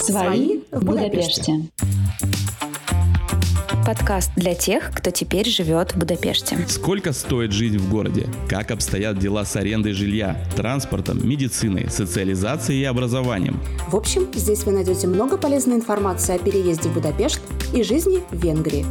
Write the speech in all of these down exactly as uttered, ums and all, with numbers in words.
Свои в Будапеште. Подкаст для тех, кто теперь живет в Будапеште. Сколько стоит жизнь в городе? Как обстоят дела с арендой жилья, транспортом, медициной, социализацией и образованием? В общем, здесь вы найдете много полезной информации о переезде в Будапешт и жизни в Венгрии.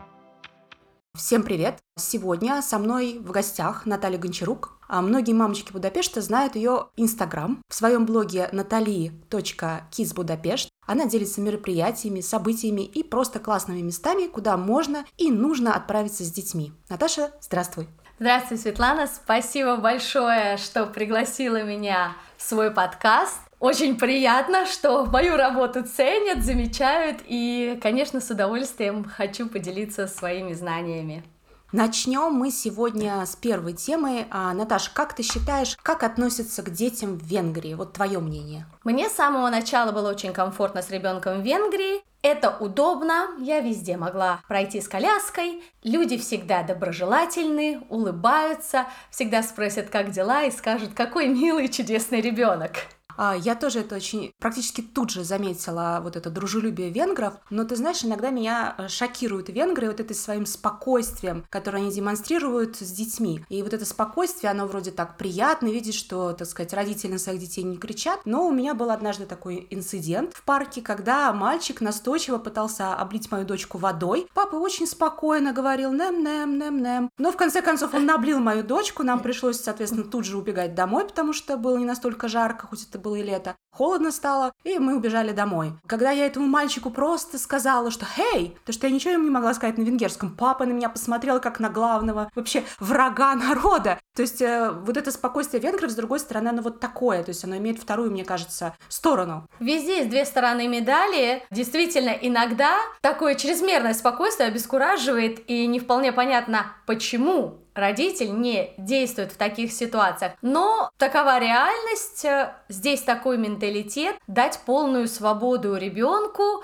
Всем привет! Сегодня со мной в гостях Наталья Гончарук. А многие мамочки Будапешта знают ее Инстаграм. В своем блоге натали точка кидсбудапешт она делится мероприятиями, событиями и просто классными местами, куда можно и нужно отправиться с детьми. Наташа, здравствуй! Здравствуй, Светлана! Спасибо большое, что пригласила меня в свой подкаст. Очень приятно, что мою работу ценят, замечают, и, конечно, с удовольствием хочу поделиться своими знаниями. Начнем мы сегодня с первой темы. А, Наташа, как ты считаешь, как относятся к детям в Венгрии? Вот твое мнение. Мне с самого начала было очень комфортно с ребенком в Венгрии. Это удобно, я везде могла пройти с коляской. Люди всегда доброжелательны, улыбаются, всегда спросят, как дела, и скажут, какой милый, чудесный ребенок. Я тоже это очень практически тут же заметила, вот это дружелюбие венгров, но ты знаешь, иногда меня шокируют венгры вот этим своим спокойствием, которое они демонстрируют с детьми. И вот это спокойствие, оно вроде так приятно, видишь, что, так сказать, родители на своих детей не кричат, но у меня был однажды такой инцидент в парке, когда мальчик настойчиво пытался облить мою дочку водой. Папа очень спокойно говорил «нэм-нэм-нэм-нэм», но в конце концов он наблил мою дочку, нам пришлось, соответственно, тут же убегать домой, потому что было не настолько жарко, хоть это было и лето. Холодно стало, и мы убежали домой. Когда я этому мальчику просто сказала, что «Хей!», то что я ничего ему не могла сказать на венгерском, папа на меня посмотрел как на главного вообще врага народа. То есть э, вот это спокойствие венгров, с другой стороны, оно вот такое, то есть оно имеет вторую, мне кажется, сторону. Везде есть две стороны медали. Действительно, иногда такое чрезмерное спокойствие обескураживает, и не вполне понятно, почему родитель не действует в таких ситуациях. Но такова реальность, здесь такой менталитет, дать полную свободу ребенку,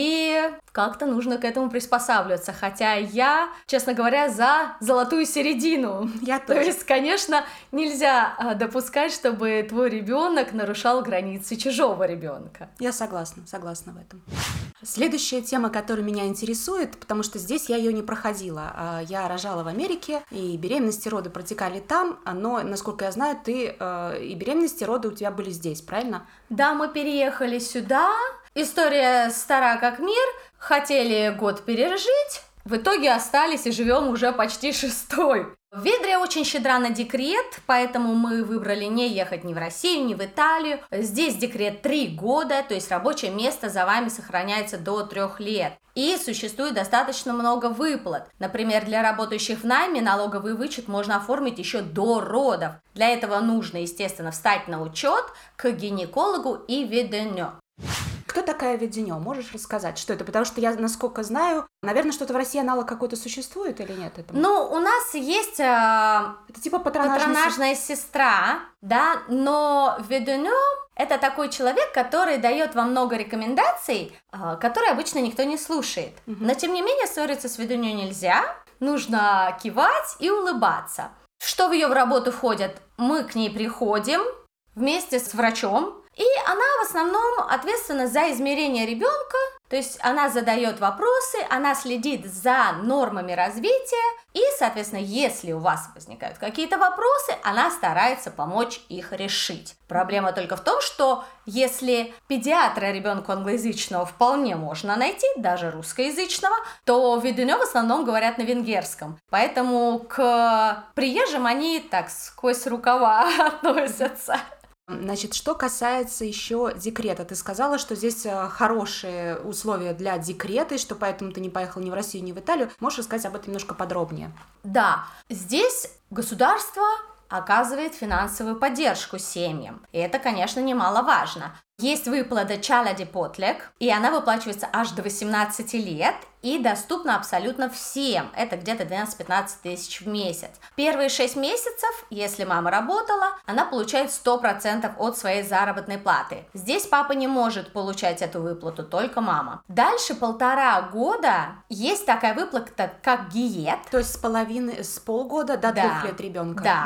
и как-то нужно к этому приспосабливаться. Хотя я, честно говоря, за золотую середину. Я тоже. То есть, конечно, нельзя допускать, чтобы твой ребенок нарушал границы чужого ребенка. Я согласна, согласна в этом. Следующая тема, которая меня интересует, потому что здесь я ее не проходила. Я рожала в Америке, и беременности, роды протекали там, но, насколько я знаю, ты э, и беременности, роды у тебя были здесь, правильно? Да, мы переехали сюда. История стара как мир. Хотели год пережить, в итоге остались и живем уже почти шестой. Венгрия очень щедра на декрет, поэтому мы выбрали не ехать ни в Россию, ни в Италию. Здесь декрет три года, то есть рабочее место за вами сохраняется до трех лет. И существует достаточно много выплат. Например, для работающих в найме налоговый вычет можно оформить еще до родов. Для этого нужно, естественно, встать на учет к гинекологу и веденю. Кто такая веденё? Можешь рассказать, что это? Потому что я, насколько знаю, наверное, что-то в России аналог какой-то существует или нет? Этому? Ну, у нас есть э, это типа патронажная, патронажная сестра. сестра, да, но веденё — это такой человек, который дает вам много рекомендаций, э, которые обычно никто не слушает. Угу. Но, тем не менее, ссориться с веденё нельзя, нужно кивать и улыбаться. Что в ее в работу входит? Мы к ней приходим вместе с врачом, и она в основном ответственна за измерение ребенка, то есть она задает вопросы, она следит за нормами развития, и, соответственно, если у вас возникают какие-то вопросы, она старается помочь их решить. Проблема только в том, что если педиатра ребенка англоязычного вполне можно найти, даже русскоязычного, то веденё в основном говорят на венгерском. Поэтому к приезжим они так сквозь рукава относятся. Значит, что касается еще декрета, ты сказала, что здесь хорошие условия для декрета, и что поэтому ты не поехала ни в Россию, ни в Италию. Можешь рассказать об этом немножко подробнее? Да, здесь государство оказывает финансовую поддержку семьям, и это, конечно, немаловажно. Есть выплата Чалади Потлек, и она выплачивается аж до восемнадцати лет и доступна абсолютно всем. Это где-то двенадцать-пятнадцать тысяч в месяц. Первые шесть месяцев, если мама работала, она получает сто процентов от своей заработной платы. Здесь папа не может получать эту выплату, только мама. Дальше полтора года есть такая выплата, как гиет. То есть с половины, с полгода до да. двух лет ребенка. Да. Угу.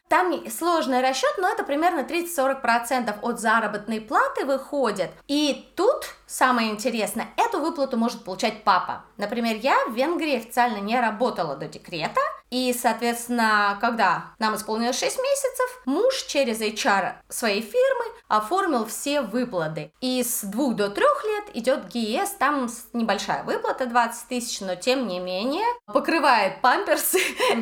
Там сложный расчет, но это примерно тридцать-сорок процентов от заработной платы выходит. И тут самое интересное, эту выплату может получать папа. Например, я в Венгрии официально не работала до декрета, и, соответственно, когда нам исполнилось шесть месяцев, муж через эйч ар своей фирмы оформил все выплаты. И с двух до трех лет идет ГИЭС, там небольшая выплата, двадцать тысяч, но тем не менее покрывает памперсы,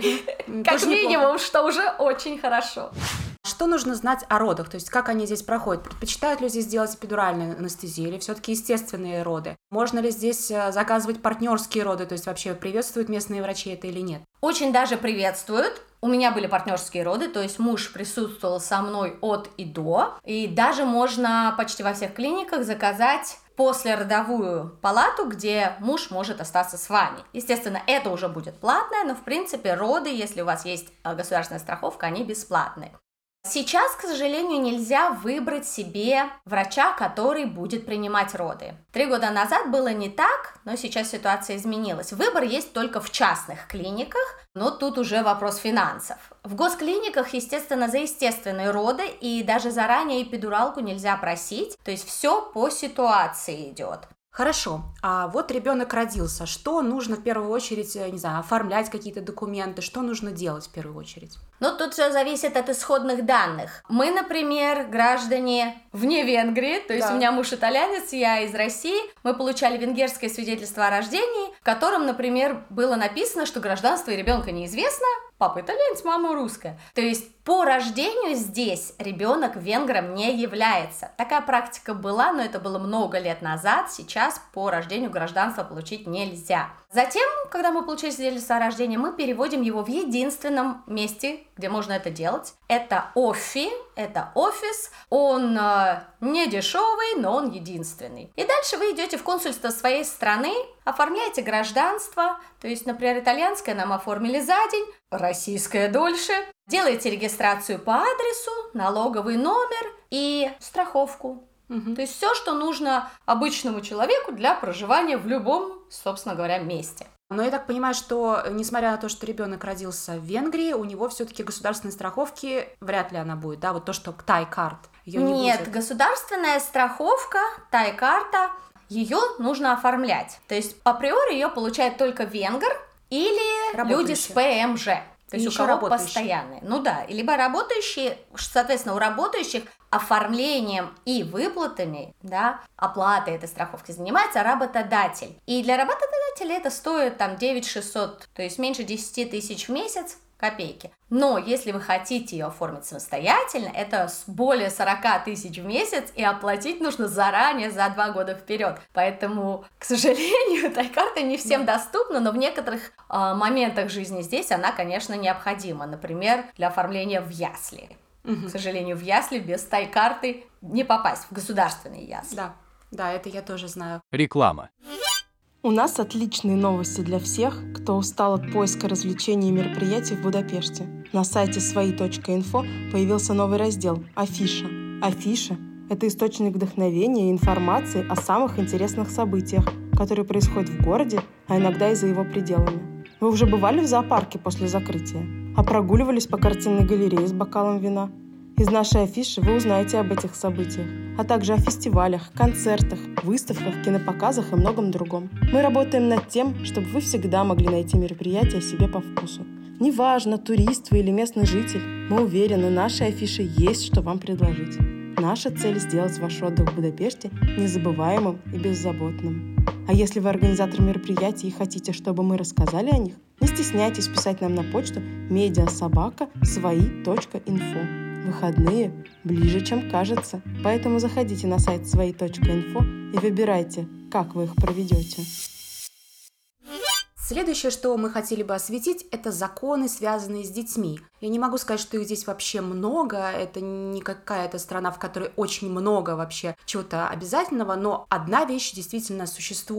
как минимум, что уже очень хорошо. Что нужно знать о родах? То есть как они здесь проходят? Предпочитают ли здесь делать эпидуральную анестезию или все-таки естественные роды? Можно ли здесь заказывать партнерские роды? То есть вообще приветствуют местные врачи это или нет? Очень даже приветствуют. У меня были партнерские роды, то есть муж присутствовал со мной от и до. И даже можно почти во всех клиниках заказать послеродовую палату, где муж может остаться с вами. Естественно, это уже будет платное, но в принципе роды, если у вас есть государственная страховка, они бесплатные. Сейчас, к сожалению, нельзя выбрать себе врача, который будет принимать роды. Три года назад было не так, но сейчас ситуация изменилась. Выбор есть только в частных клиниках, но тут уже вопрос финансов. В госклиниках, естественно, за естественные роды, и даже заранее эпидуралку нельзя просить, то есть все по ситуации идет. Хорошо, а вот ребенок родился, что нужно в первую очередь, не знаю, оформлять какие-то документы, что нужно делать в первую очередь? Ну, тут все зависит от исходных данных. Мы, например, граждане вне Венгрии, то есть да. У меня муж итальянец, я из России, мы получали венгерское свидетельство о рождении, в котором, например, было написано, что гражданство ребенка неизвестно, папа итальянец, мама русская. То есть по рождению здесь ребенок венгром не является. Такая практика была, но это было много лет назад. Сейчас по рождению гражданство получить нельзя. Затем, когда мы получили свидетельство о рождении, мы переводим его в единственном месте, где можно это делать. Это ОФИ, это офис. Он э, не дешевый, но он единственный. И дальше вы идете в консульство своей страны, оформляете гражданство. То есть, например, итальянское нам оформили за день, российское дольше. Делаете регистрацию по адресу, налоговый номер и страховку. Угу. То есть все, что нужно обычному человеку для проживания в любом, собственно говоря, месте. Но я так понимаю, что несмотря на то, что ребенок родился в Венгрии, у него все-таки государственной страховки вряд ли она будет, да, вот то, что Тай-карт, ее не Нет, будет. Государственная страховка, Тай-карта, ее нужно оформлять. То есть априори ее получает только венгр или люди с ПМЖ. То есть у кого постоянные. Ну да, либо работающие, соответственно, у работающих оформлением и выплатами, да, оплатой этой страховки занимается работодатель. И для работодателя это стоит там девять тысяч шестьсот, то есть меньше десять тысяч в месяц, копейки. Но если вы хотите ее оформить самостоятельно, это более сорок тысяч в месяц, и оплатить нужно заранее, за два года вперед. Поэтому, к сожалению, Тай-карта не всем да. доступна, но в некоторых э, моментах жизни здесь она, конечно, необходима. Например, для оформления в ясли. Угу. К сожалению, в ясли без Тай-карты не попасть, в государственные ясли. Да, да, это я тоже знаю. Реклама. У нас отличные новости для всех, кто устал от поиска развлечений и мероприятий в Будапеште. На сайте свои точка инфо появился новый раздел «Афиша». Афиша – это источник вдохновения и информации о самых интересных событиях, которые происходят в городе, а иногда и за его пределами. Вы уже бывали в зоопарке после закрытия? А прогуливались по картинной галерее с бокалом вина? Из нашей афиши вы узнаете об этих событиях, а также о фестивалях, концертах, выставках, кинопоказах и многом другом. Мы работаем над тем, чтобы вы всегда могли найти мероприятие себе по вкусу. Неважно, турист вы или местный житель, мы уверены, нашей афише есть что вам предложить. Наша цель – сделать ваш отдых в Будапеште незабываемым и беззаботным. А если вы организатор мероприятий и хотите, чтобы мы рассказали о них, не стесняйтесь писать нам на почту медиасобака свои точка инфо. Выходные ближе, чем кажется, поэтому заходите на сайт свои точка инфо и выбирайте, как вы их проведете. Следующее, что мы хотели бы осветить, это законы, связанные с детьми. Я не могу сказать, что их здесь вообще много, это не какая-то страна, в которой очень много вообще чего-то обязательного, но одна вещь действительно существует.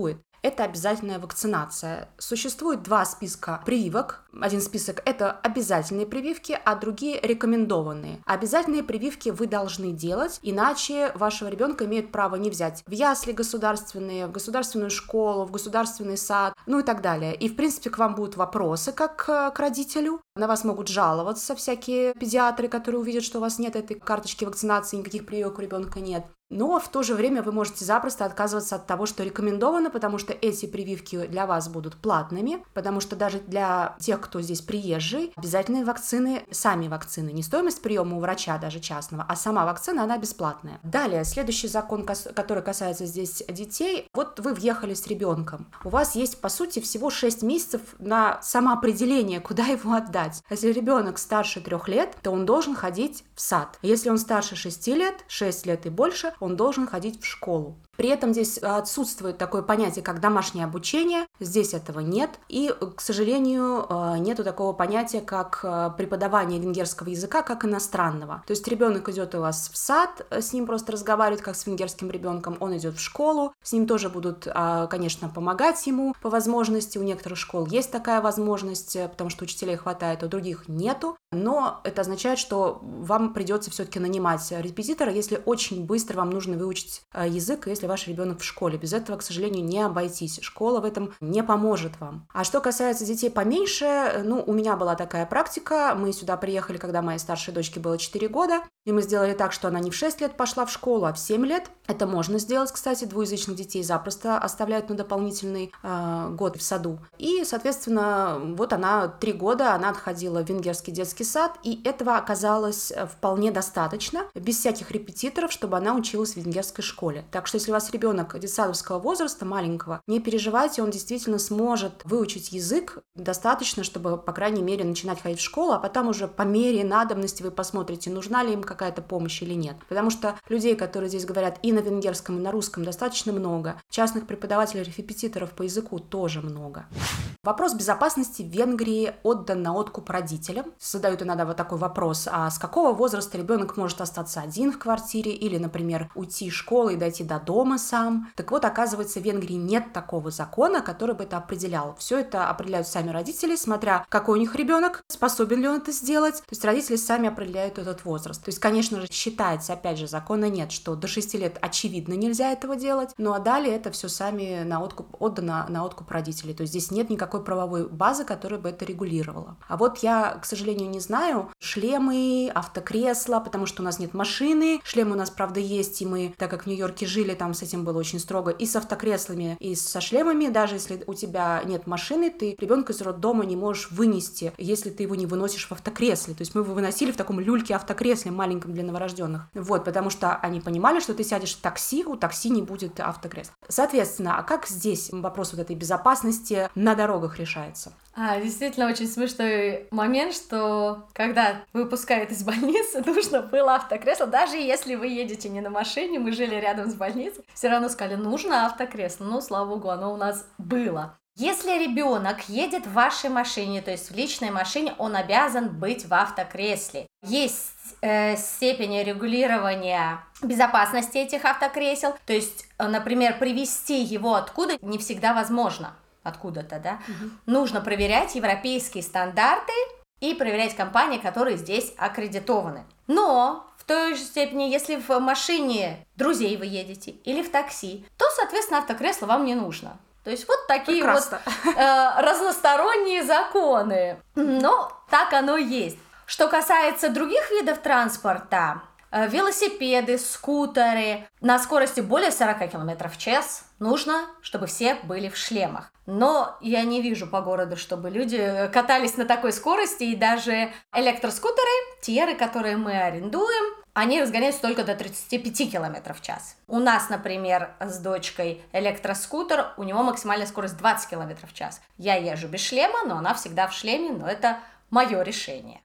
это обязательная вакцинация. Существует два списка прививок. Один список – это обязательные прививки, а другие – рекомендованные. Обязательные прививки вы должны делать, иначе вашего ребенка имеют право не взять в ясли государственные, в государственную школу, в государственный сад, ну и так далее. И, в принципе, к вам будут вопросы, как к родителю. На вас могут жаловаться всякие педиатры, которые увидят, что у вас нет этой карточки вакцинации, никаких прививок у ребенка нет. Но в то же время вы можете запросто отказываться от того, что рекомендовано, потому что эти прививки для вас будут платными, потому что даже для тех, кто здесь приезжий, обязательные вакцины, сами вакцины, не стоимость приема у врача даже частного, а сама вакцина, она бесплатная. Далее, следующий закон, который касается здесь детей. Вот вы въехали с ребенком. У вас есть, по сути, всего шесть месяцев на самоопределение, куда его отдать. Если ребенок старше трех лет, то он должен ходить в сад. Если он старше шести лет, шесть лет и больше, он должен ходить в школу. При этом здесь отсутствует такое понятие, как домашнее обучение, здесь этого нет, и, к сожалению, нету такого понятия, как преподавание венгерского языка как иностранного. То есть ребенок идет у вас в сад, с ним просто разговаривают как с венгерским ребенком, он идет в школу, с ним тоже будут, конечно, помогать ему по возможности, у некоторых школ есть такая возможность, потому что учителей хватает, у других нету, но это означает, что вам придется все-таки нанимать репетитора, если очень быстро вам нужно выучить язык, если ваш ребенок в школе. Без этого, к сожалению, не обойтись. Школа в этом не поможет вам. А что касается детей поменьше, ну, у меня была такая практика. Мы сюда приехали, когда моей старшей дочке было четыре года, и мы сделали так, что она не в шесть лет пошла в школу, а в семь лет. Это можно сделать, кстати, двуязычных детей запросто оставляют на дополнительный э, год в саду. И, соответственно, вот она три года, она отходила в венгерский детский сад, и этого оказалось вполне достаточно, без всяких репетиторов, чтобы она училась в венгерской школе. Так что, если у вас ребенок детсадовского возраста, маленького, не переживайте, он действительно сможет выучить язык достаточно, чтобы, по крайней мере, начинать ходить в школу, а потом уже по мере надобности вы посмотрите, нужна ли им какая-то помощь или нет. Потому что людей, которые здесь говорят и на венгерском, и на русском, достаточно много. Частных преподавателей, репетиторов по языку тоже много. Вопрос безопасности в Венгрии отдан на откуп родителям. Задают иногда вот такой вопрос, а с какого возраста ребенок может остаться один в квартире или, например, уйти из школы и дойти до дома сам? Так вот, оказывается, в Венгрии нет такого закона, который бы это определял. Все это определяют сами родители, смотря какой у них ребенок, способен ли он это сделать. То есть родители сами определяют этот возраст. То есть, конечно же, считается, опять же, закона нет, что до шести лет очевидно нельзя этого делать, ну а далее это все сами на откуп, отдано на откуп родителей. То есть здесь нет никакой правовой базы, которая бы это регулировала. А вот я, к сожалению, не знаю, шлемы, автокресла, потому что у нас нет машины, шлемы у нас, правда, есть, и мы, так как в Нью-Йорке жили, там с этим было очень строго, и с автокреслами, и со шлемами, даже если у тебя нет машины, ты ребенка из роддома не можешь вынести, если ты его не выносишь в автокресле. То есть мы его выносили в таком люльке автокресле маленьком для новорожденных. Вот, потому что они понимали, что ты сядешь в такси, у такси не будет автокресла. Соответственно, а как здесь вопрос вот этой безопасности на дорогах решается? А, действительно, очень смешной момент, что когда выпускают из больницы, нужно было автокресло, даже если вы едете не на машине, мы жили рядом с больницей, все равно сказали, нужно автокресло. Ну, слава богу, оно у нас было. Если ребенок едет в вашей машине, то есть в личной машине, он обязан быть в автокресле. Есть э, степень регулирования безопасности этих автокресел, то есть, например, привезти его откуда не всегда возможно. Откуда-то, да? Угу. Нужно проверять европейские стандарты и проверять компании, которые здесь аккредитованы. Но в той же степени, если в машине друзей вы едете или в такси, то, соответственно, автокресло вам не нужно. То есть вот такие Прекрасно. вот э, разносторонние законы. Но так оно есть. Что касается других видов транспорта, э, велосипеды, скутеры на скорости более сорок километров в час нужно, чтобы все были в шлемах. Но я не вижу по городу, чтобы люди катались на такой скорости, и даже электроскутеры, тиеры, которые мы арендуем, они разгоняются только до тридцати пяти километров в час. У нас, например, с дочкой электроскутер, у него максимальная скорость двадцать километров в час. Я езжу без шлема, но она всегда в шлеме, но это мое решение.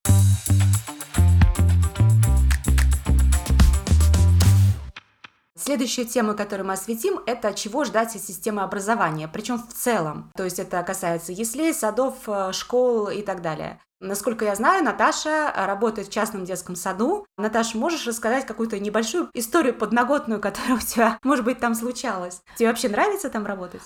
Следующая тема, которую мы осветим, это чего ждать от системы образования, причем в целом. То есть это касается яслей, садов, школ и так далее. Насколько я знаю, Наташа работает в частном детском саду. Наташа, можешь рассказать какую-то небольшую историю подноготную, которая у тебя, может быть, там случалась? Тебе вообще нравится там работать?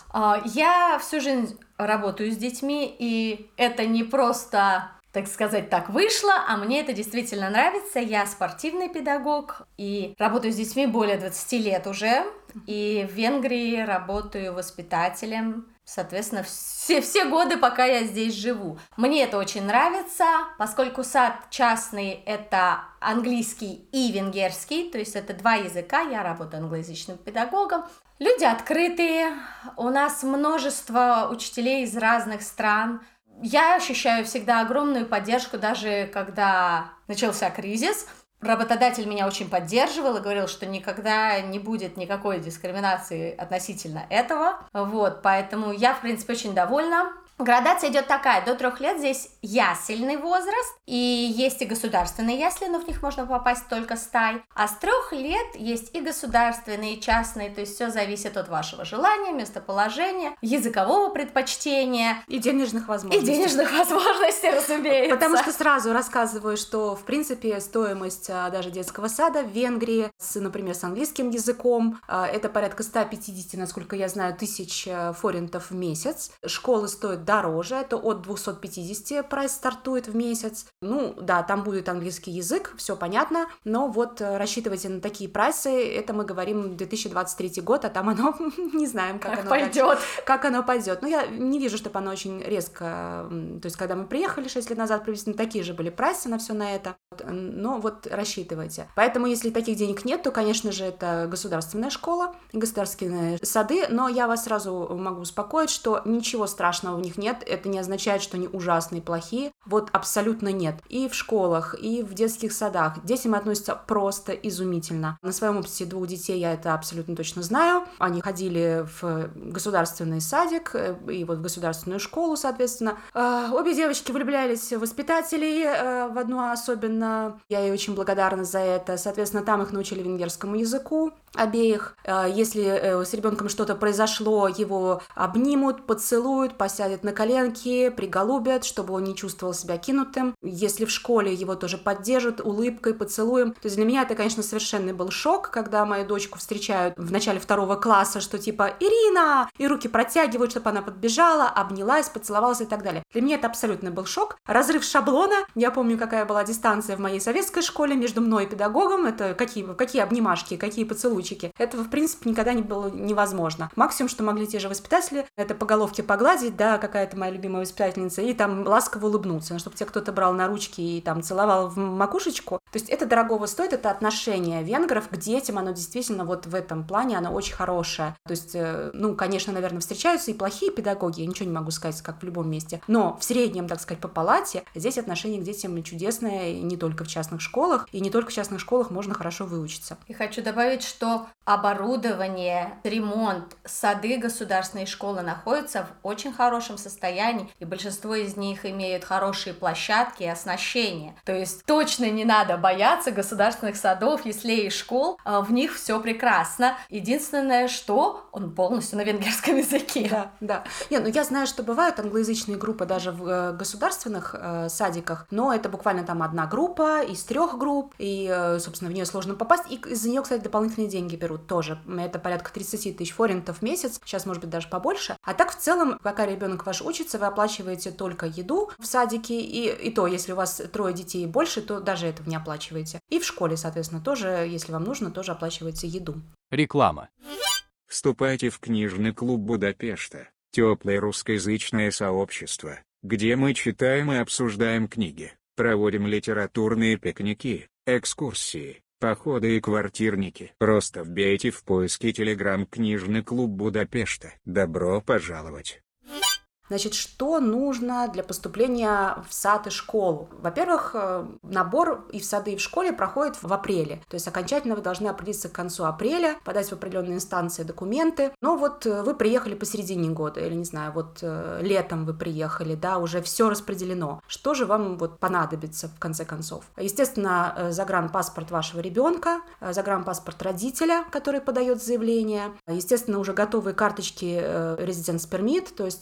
Я всю жизнь работаю с детьми, и это не просто, так сказать, так вышло, а мне это действительно нравится. Я спортивный педагог и работаю с детьми более двадцати лет уже, и в Венгрии работаю воспитателем. Соответственно, все, все годы, пока я здесь живу. Мне это очень нравится, поскольку сад частный — это английский и венгерский, то есть это два языка, я работаю англоязычным педагогом. Люди открытые, у нас множество учителей из разных стран. Я ощущаю всегда огромную поддержку, даже когда начался кризис. Работодатель меня очень поддерживал и говорил, что никогда не будет никакой дискриминации относительно этого. Вот, поэтому я, в принципе, очень довольна. Градация идет такая: до трех лет здесь ясельный возраст, и есть и государственные ясли, но в них можно попасть только стай. А с трех лет есть и государственные, и частные, то есть все зависит от вашего желания, местоположения, языкового предпочтения. И денежных возможностей. И денежных возможностей, разумеется. Потому что сразу рассказываю, что, в принципе, стоимость даже детского сада в Венгрии, с, например, с английским языком, это порядка сто пятьдесят, насколько я знаю, тысяч форинтов в месяц. Школы стоят дороже, это от двести пятьдесят прайс стартует в месяц. Ну, да, там будет английский язык, все понятно, но вот рассчитывайте на такие прайсы, это мы говорим две тысячи двадцать третий год, а там оно, не знаем, как, как оно пойдет. Как оно пойдет. Ну, я не вижу, чтобы оно очень резко, то есть, когда мы приехали шесть лет назад, приблизительно такие же были прайсы на все на это, но вот рассчитывайте. Поэтому, если таких денег нет, то, конечно же, это государственная школа, государственные сады, но я вас сразу могу успокоить, что ничего страшного в них нет, это не означает, что они ужасные, плохие, вот абсолютно нет. И в школах, и в детских садах к детям относятся просто изумительно. На своем опыте двух детей я это абсолютно точно знаю. Они ходили в государственный садик и вот в государственную школу, соответственно. Обе девочки влюблялись в воспитателей, в одну особенно. Я ей очень благодарна за это. Соответственно, там их научили венгерскому языку, обеих. Если с ребенком что-то произошло, его обнимут, поцелуют, посадят на коленки, приголубят, чтобы он не чувствовал себя кинутым. Если в школе его тоже поддержат улыбкой, поцелуем. То есть для меня это, конечно, совершенный был шок, когда мою дочку встречают в начале второго класса, что типа «Ирина!» и руки протягивают, чтобы она подбежала, обнялась, поцеловалась и так далее. Для меня это абсолютно был шок. Разрыв шаблона. Я помню, какая была дистанция в моей советской школе между мной и педагогом. Это какие, какие обнимашки, какие поцелуйчики. Этого, в принципе, никогда не было невозможно. Максимум, что могли те же воспитатели, это по головке погладить, да, какая-то моя любимая воспитательница, и там ласково улыбнуться, чтобы тебе кто-то брал на ручки и там целовал в макушечку. То есть это дорогого стоит, это отношение венгров к детям, оно действительно вот в этом плане, оно очень хорошее. То есть, ну, конечно, наверное, встречаются и плохие педагоги, я ничего не могу сказать, как в любом месте, но в среднем, так сказать, по палате, здесь отношение к детям чудесное, и не только в частных школах, и не только в частных школах можно хорошо выучиться. И хочу добавить, что оборудование, ремонт, сады государственной школы находятся в очень хорошем состоянии, и большинство из них имеют хорошие площадки и оснащение. То есть точно не надо бояться государственных садов, яслей и школ, в них все прекрасно. Единственное, что он полностью на венгерском языке. Да, да. Не, ну я знаю, что бывают англоязычные группы даже в государственных э, садиках, но это буквально там одна группа из трех групп, и, э, собственно, в нее сложно попасть, и из-за нее, кстати, дополнительные деньги берут тоже. Это порядка тридцать тысяч форинтов в месяц, сейчас, может быть, даже побольше. А так, в целом, пока ребенок ваш учится, вы оплачиваете только еду в садике, и, и то, если у вас трое детей и больше, то даже этого не оплачиваете. И в школе, соответственно, тоже, если вам нужно, тоже оплачиваете еду. Реклама. Вступайте в книжный клуб Будапешта, теплое русскоязычное сообщество, где мы читаем и обсуждаем книги, проводим литературные пикники, экскурсии, походы и квартирники. Просто вбейте в поиске Telegram «Книжный клуб Будапешта». Добро пожаловать! Значит, что нужно для поступления в сад и школу? Во-первых, набор и в сады, и в школе проходит в апреле. То есть окончательно вы должны определиться к концу апреля, подать в определенные инстанции документы. Но вот вы приехали посередине года, или, не знаю, вот летом вы приехали, да, уже все распределено. Что же вам вот понадобится в конце концов? Естественно, загранпаспорт вашего ребенка, загранпаспорт родителя, который подает заявление. Естественно, уже готовые карточки Residence Permit, то есть если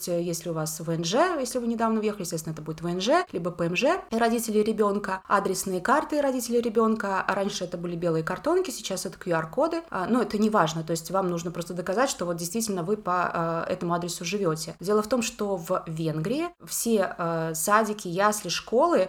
у вас вэ эн жэ, если вы недавно въехали, естественно, это будет вэ эн жэ, либо пэ эм жэ родители ребенка, адресные карты родителей ребенка. Раньше это были белые картонки, сейчас это ку ар коды. Но это не важно, то есть вам нужно просто доказать, что вот действительно вы по этому адресу живете. Дело в том, что в Венгрии все садики, ясли, школы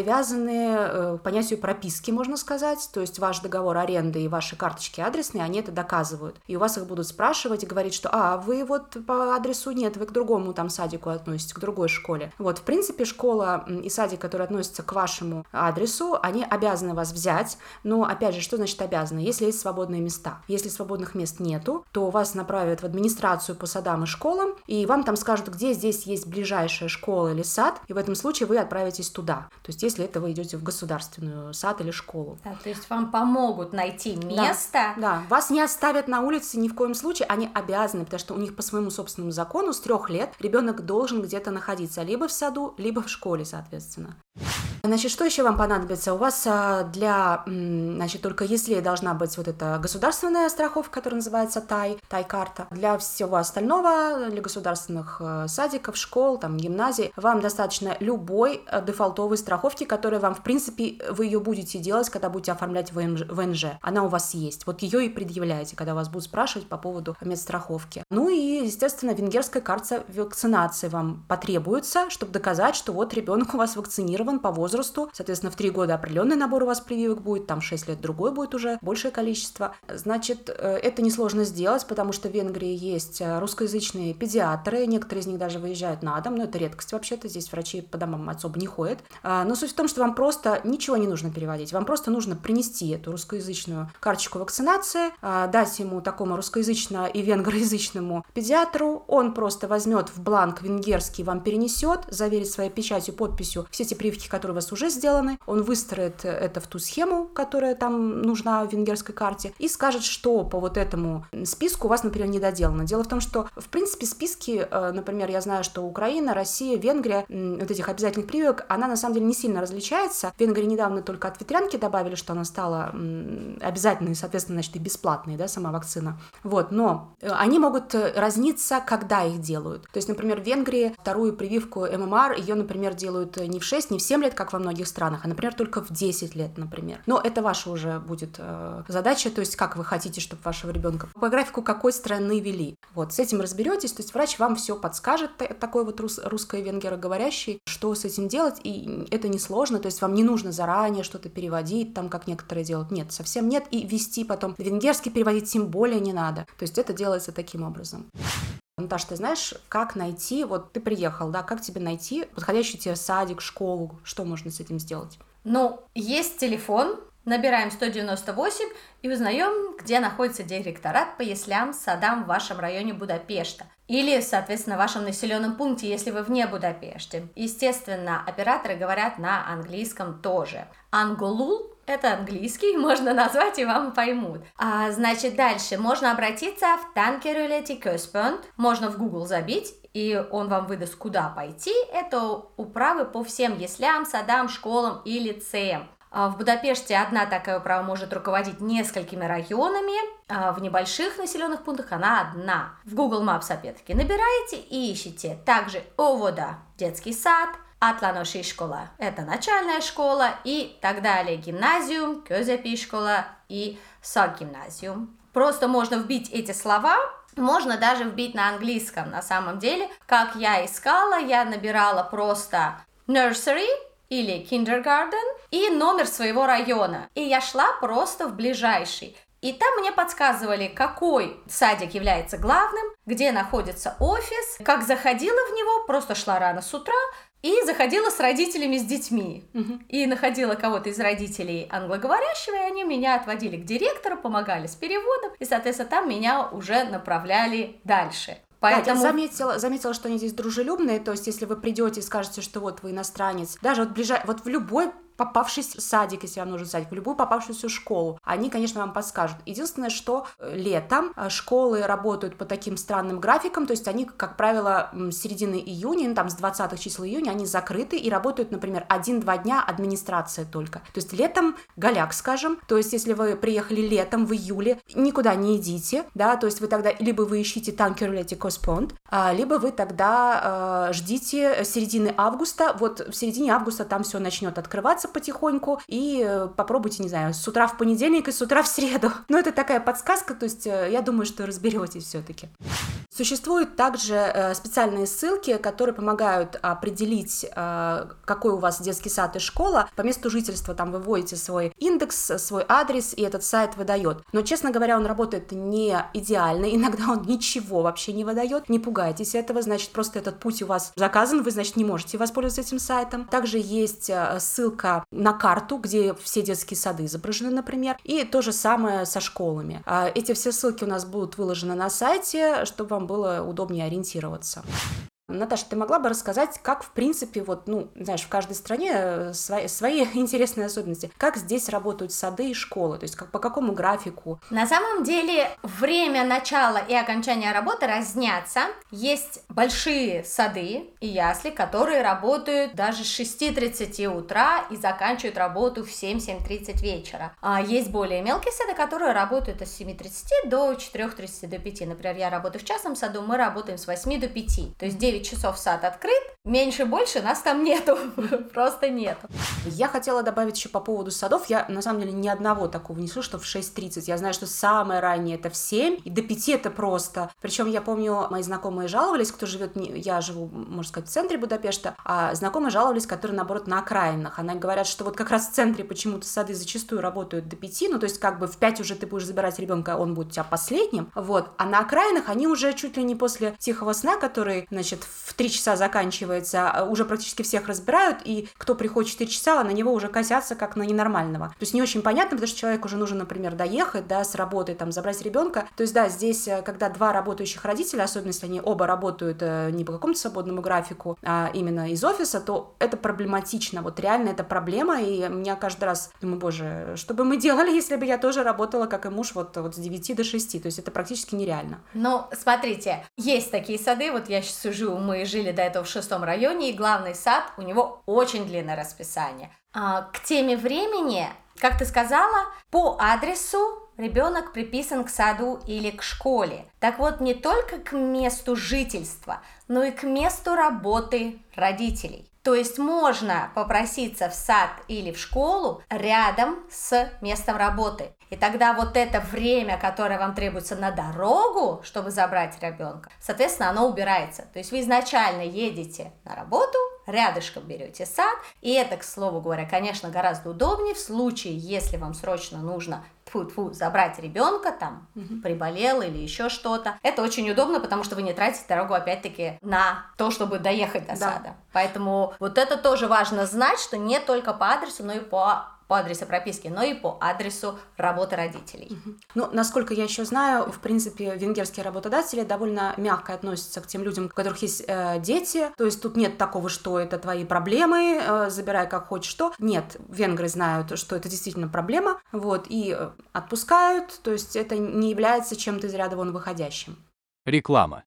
привязаны к понятию прописки, можно сказать, то есть ваш договор аренды и ваши карточки адресные, они это доказывают. И у вас их будут спрашивать и говорить, что а, вы вот по адресу нет, вы к другому там садику относитесь, к другой школе. Вот, в принципе, школа и садик, которые относятся к вашему адресу, они обязаны вас взять, но, опять же, что значит обязаны? Если есть свободные места. Если свободных мест нету, то вас направят в администрацию по садам и школам, и вам там скажут, где здесь есть ближайшая школа или сад, и в этом случае вы отправитесь туда. То есть, если это вы идете в государственную сад или школу. Да, то есть вам помогут найти место. Да, да, вас не оставят на улице ни в коем случае, они обязаны, потому что у них по своему собственному закону с трех лет ребенок должен где-то находиться, либо в саду, либо в школе, соответственно. Значит, что еще вам понадобится? У вас для, значит, только если должна быть вот эта государственная страховка, которая называется тай, тай-карта. Для всего остального, для государственных садиков, школ, там, гимназий, вам достаточно любой дефолтовой страховки, которая вам, в принципе, вы ее будете делать, когда будете оформлять вэ эн жэ. Она у вас есть. Вот ее и предъявляете, когда вас будут спрашивать по поводу медстраховки. Ну и, естественно, венгерская карта вакцинации вам потребуется, чтобы доказать, что вот ребенок у вас вакцинирован по возрасту. Соответственно, в три года определенный набор у вас прививок будет, там шесть лет другой будет уже большее количество. Значит, это несложно сделать, потому что в Венгрии есть русскоязычные педиатры, некоторые из них даже выезжают на дом, но это редкость вообще-то, здесь врачи по домам особо не ходят. Но суть в том, что вам просто ничего не нужно переводить, вам просто нужно принести эту русскоязычную карточку вакцинации, дать ему такому русскоязычно- и венгроязычному педиатру, он просто возьмет в бланк венгерский, вам перенесет, заверит своей печатью, подписью все те прививки, которые у вас уже сделаны, он выстроит это в ту схему, которая там нужна в венгерской карте, и скажет, что по вот этому списку у вас, например, не доделано. Дело в том, что, в принципе, списки, например, я знаю, что Украина, Россия, Венгрия, вот этих обязательных прививок, она на самом деле не сильно различается. В Венгрии недавно только от ветрянки добавили, что она стала обязательной, соответственно, значит, и бесплатной, да, сама вакцина. Вот, но они могут разниться, когда их делают. То есть, например, в Венгрии вторую прививку эм эм ар, ее, например, делают не в шесть, не в семь лет, как во многих странах, а, например, только в десять лет, например. Но это ваша уже будет э, задача, то есть как вы хотите, чтобы вашего ребенка по графику какой страны вели. Вот, с этим разберетесь, то есть врач вам все подскажет, такой вот рус, русско-венгероговорящий, что с этим делать, и это несложно, то есть вам не нужно заранее что-то переводить, там, как некоторые делают. Нет, совсем нет, и вести потом венгерский переводить тем более не надо. То есть это делается таким образом. Наташ, ты знаешь, как найти, вот ты приехал, да, как тебе найти подходящий тебе садик, школу, что можно с этим сделать? Ну, есть телефон, набираем сто девяносто восемь и узнаем, где находится директорат по яслям, садам в вашем районе Будапешта. Или, соответственно, в вашем населенном пункте, если вы вне Будапешта. Естественно, операторы говорят на английском тоже. Анголул — это английский, можно назвать и вам поймут. А, значит, дальше можно обратиться в Танкерюлети Köspönt, можно в Google забить, и он вам выдаст, куда пойти. Это управы по всем яслям, садам, школам и лицеям. В Будапеште одна такая управа может руководить несколькими районами, а в небольших населенных пунктах она одна. В Google Maps опять-таки набираете и ищите также Овода – детский сад, Атланоши школа – это начальная школа и так далее, гимназиум, Кёзепи школа и Саггимназиум. Просто можно вбить эти слова, можно даже вбить на английском. На самом деле, как я искала, я набирала просто nursery или kindergarten и номер своего района. И я шла просто в ближайший. И там мне подсказывали, какой садик является главным, где находится офис. Как заходила в него, просто шла рано с утра и заходила с родителями, с детьми. Uh-huh. И находила кого-то из родителей англоговорящего, и они меня отводили к директору, помогали с переводом, и, соответственно, там меня уже направляли дальше. Поэтому... Да, я заметила, заметила, что они здесь дружелюбные, то есть если вы придете и скажете, что вот вы иностранец, даже вот, ближай... вот в любой попавшийся садик, если вам нужен садик, в любую попавшуюся школу. Они, конечно, вам подскажут. Единственное, что летом школы работают по таким странным графикам, то есть они, как правило, с середины июня, ну, там с двадцатых чисел июня, они закрыты и работают, например, один-два дня администрация только. То есть летом голяк, скажем, то есть если вы приехали летом в июле, никуда не идите, да, то есть вы тогда либо вы ищите танкерлети Коспонд, либо вы тогда э, ждите середины августа, вот в середине августа там все начнет открываться потихоньку, и э, попробуйте, не знаю, с утра в понедельник и с утра в среду. Но это такая подсказка, то есть э, я думаю, что разберетесь все-таки. Существуют также э, специальные ссылки, которые помогают определить, э, какой у вас детский сад и школа. По месту жительства там вы вводите свой индекс, свой адрес, и этот сайт выдает. Но, честно говоря, он работает не идеально, иногда он ничего вообще не выдает. Не пугайтесь этого, значит, просто этот путь у вас заказан, вы, значит, не можете воспользоваться этим сайтом. Также есть ссылка на карту, где все детские сады изображены, например, и то же самое со школами. Эти все ссылки у нас будут выложены на сайте, чтобы вам было удобнее ориентироваться. Наташа, ты могла бы рассказать, как, в принципе, вот, ну, знаешь, в каждой стране свои, свои интересные особенности, как здесь работают сады и школы, то есть как, по какому графику? На самом деле время начала и окончания работы разнятся. Есть большие сады и ясли, которые работают даже с шести тридцати утра и заканчивают работу в семь-семь тридцать вечера. А есть более мелкие сады, которые работают с семи тридцати до четырёх тридцати до пяти. Например, я работаю в частном саду, мы работаем с восьми до пяти, то есть девять часов сад открыт, меньше-больше нас там нету, просто нету. Я хотела добавить еще по поводу садов, я на самом деле ни одного такого не слышу, что в шесть тридцать, я знаю, что самое раннее это в семь, и до пяти это просто, причем я помню, мои знакомые жаловались, кто живет, я живу, можно сказать, в центре Будапешта, а знакомые жаловались, которые, наоборот, на окраинах, они говорят, что вот как раз в центре почему-то сады зачастую работают до пяти, ну, то есть как бы в пять уже ты будешь забирать ребенка, он будет у тебя последним, вот, а на окраинах они уже чуть ли не после тихого сна, который, значит, в три часа заканчивается, уже практически всех разбирают, и кто приходит в четыре часа, на него уже косятся как на ненормального. То есть не очень понятно, потому что человеку уже нужно, например, доехать, да, с работы, там, забрать ребенка. То есть, да, здесь, когда два работающих родителя, особенно если они оба работают не по какому-то свободному графику, а именно из офиса, то это проблематично. Вот реально это проблема, и меня каждый раз думаю, боже, что бы мы делали, если бы я тоже работала, как и муж, вот, вот с девяти до шести, то есть это практически нереально. Ну, смотрите, есть такие сады, вот я сейчас сижу, мы жили до этого в шестом районе, и главный сад, у него очень длинное расписание. А, к теме времени, как ты сказала, по адресу ребенок приписан к саду или к школе. Так вот, не только к месту жительства, но и к месту работы родителей. То есть можно попроситься в сад или в школу рядом с местом работы. И тогда вот это время, которое вам требуется на дорогу, чтобы забрать ребенка, соответственно, оно убирается. То есть вы изначально едете на работу, рядышком берете сад, и это, к слову говоря, конечно, гораздо удобнее в случае, если вам срочно нужно тьфу-тьфу, забрать ребенка, там, угу. приболел или еще что-то. Это очень удобно, потому что вы не тратите дорогу, опять-таки, на то, чтобы доехать до да. сада. Поэтому вот это тоже важно знать, что не только по адресу, но и по по адресу прописки, но и по адресу работы родителей. Угу. Ну, насколько я еще знаю, в принципе, венгерские работодатели довольно мягко относятся к тем людям, у которых есть э, дети, то есть тут нет такого, что это твои проблемы, э, забирай как хочешь что. Нет, венгры знают, что это действительно проблема, вот, и э, отпускают, то есть это не является чем-то из ряда вон выходящим. Реклама.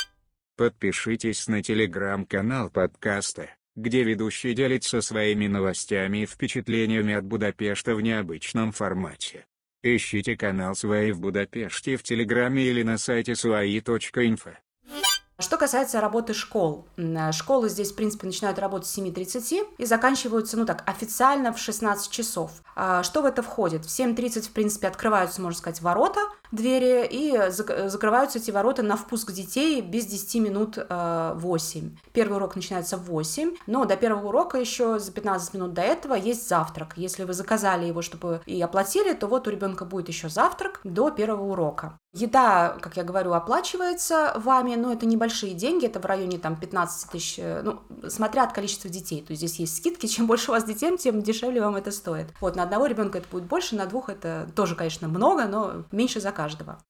Подпишитесь на телеграм-канал подкаста, где ведущий делится своими новостями и впечатлениями от Будапешта в необычном формате. Ищите канал «Свои в Будапеште» в Телеграме или на сайте свои точка инфо. Что касается работы школ. Школы здесь, в принципе, начинают работать с семи тридцати и заканчиваются, ну так, официально в шестнадцать часов. Что в это входит? В семь тридцать, в принципе, открываются, можно сказать, ворота, двери, и закрываются эти ворота на впуск детей без десяти минут восемь. Первый урок начинается в восемь, но до первого урока еще за пятнадцать минут до этого есть завтрак. Если вы заказали его, чтобы и оплатили, то вот у ребенка будет еще завтрак до первого урока. Еда, как я говорю, оплачивается вами, но это небольшие деньги, это в районе там пятнадцать тысяч, ну, смотря от количества детей. То есть здесь есть скидки, чем больше у вас детей, тем дешевле вам это стоит. Вот, на одного ребенка это будет больше, на двух это тоже, конечно, много, но меньше за каждого.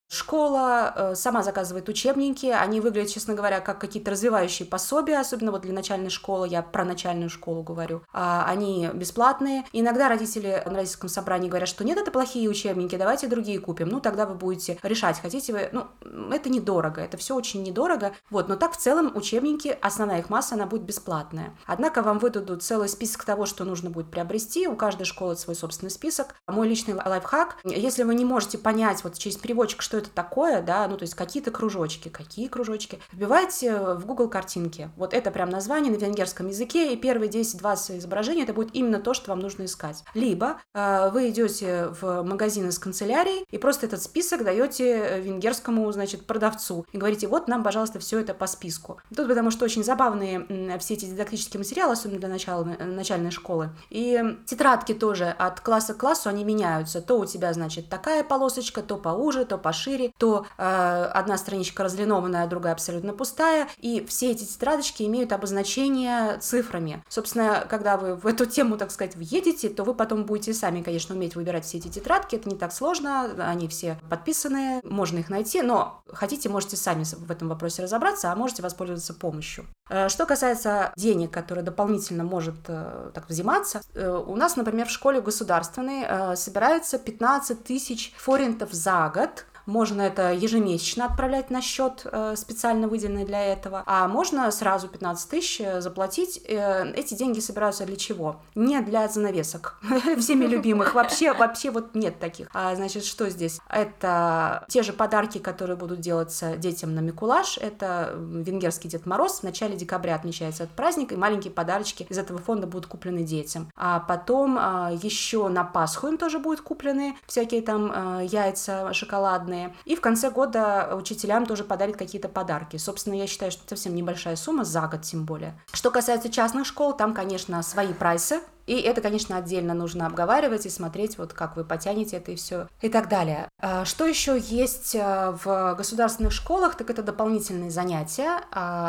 Школа э, сама заказывает учебники, они выглядят, честно говоря, как какие-то развивающие пособия, особенно вот для начальной школы, я про начальную школу говорю. А, они бесплатные. Иногда родители на родительском собрании говорят, что нет, это плохие учебники, давайте другие купим. Ну, тогда вы будете решать, хотите вы... Ну, это недорого, это все очень недорого. Вот, но так в целом учебники, основная их масса, она будет бесплатная. Однако вам выдадут целый список того, что нужно будет приобрести. У каждой школы свой собственный список. Мой личный лайфхак, если вы не можете понять вот через переводчик, что это такое, да, ну, то есть какие-то кружочки, какие кружочки, вбивайте в Google картинки. Вот это прям название на венгерском языке, и первые десять-двадцать изображений это будет именно то, что вам нужно искать. Либо э, вы идете в магазин из канцелярии и просто этот список даете венгерскому, значит, продавцу и говорите, вот нам, пожалуйста, все это по списку. Тут потому что очень забавные м, все эти дидактические материалы, особенно для начала, начальной школы. И тетрадки тоже от класса к классу, они меняются. То у тебя, значит, такая полосочка, то поуже, то пошире, то э, одна страничка разлинованная, а другая абсолютно пустая, и все эти тетрадочки имеют обозначение цифрами. Собственно, когда вы в эту тему, так сказать, въедете, то вы потом будете сами, конечно, уметь выбирать все эти тетрадки, это не так сложно, они все подписаны, можно их найти, но хотите, можете сами в этом вопросе разобраться, а можете воспользоваться помощью. Что касается денег, которые дополнительно может э, так взиматься, э, у нас, например, в школе государственной э, собирается пятнадцать тысяч форинтов за год. Можно это ежемесячно отправлять на счет, э, специально выделенный для этого, а можно сразу пятнадцать тысяч заплатить. Э, эти деньги собираются для чего? Не для занавесок, всеми любимых, вообще, вообще вот нет таких. А, значит, что здесь? Это те же подарки, которые будут делаться детям на Микулаш, это венгерский Дед Мороз, в начале декабря отмечается этот праздник, и маленькие подарочки из этого фонда будут куплены детям. А потом а, еще на Пасху им тоже будут куплены всякие там а, яйца шоколадные. И в конце года учителям тоже подарят какие-то подарки. Собственно, я считаю, что это совсем небольшая сумма, за год тем более. Что касается частных школ, там, конечно, свои прайсы. И это, конечно, отдельно нужно обговаривать и смотреть, вот как вы потянете это и все, и так далее. Что еще есть в государственных школах, так это дополнительные занятия.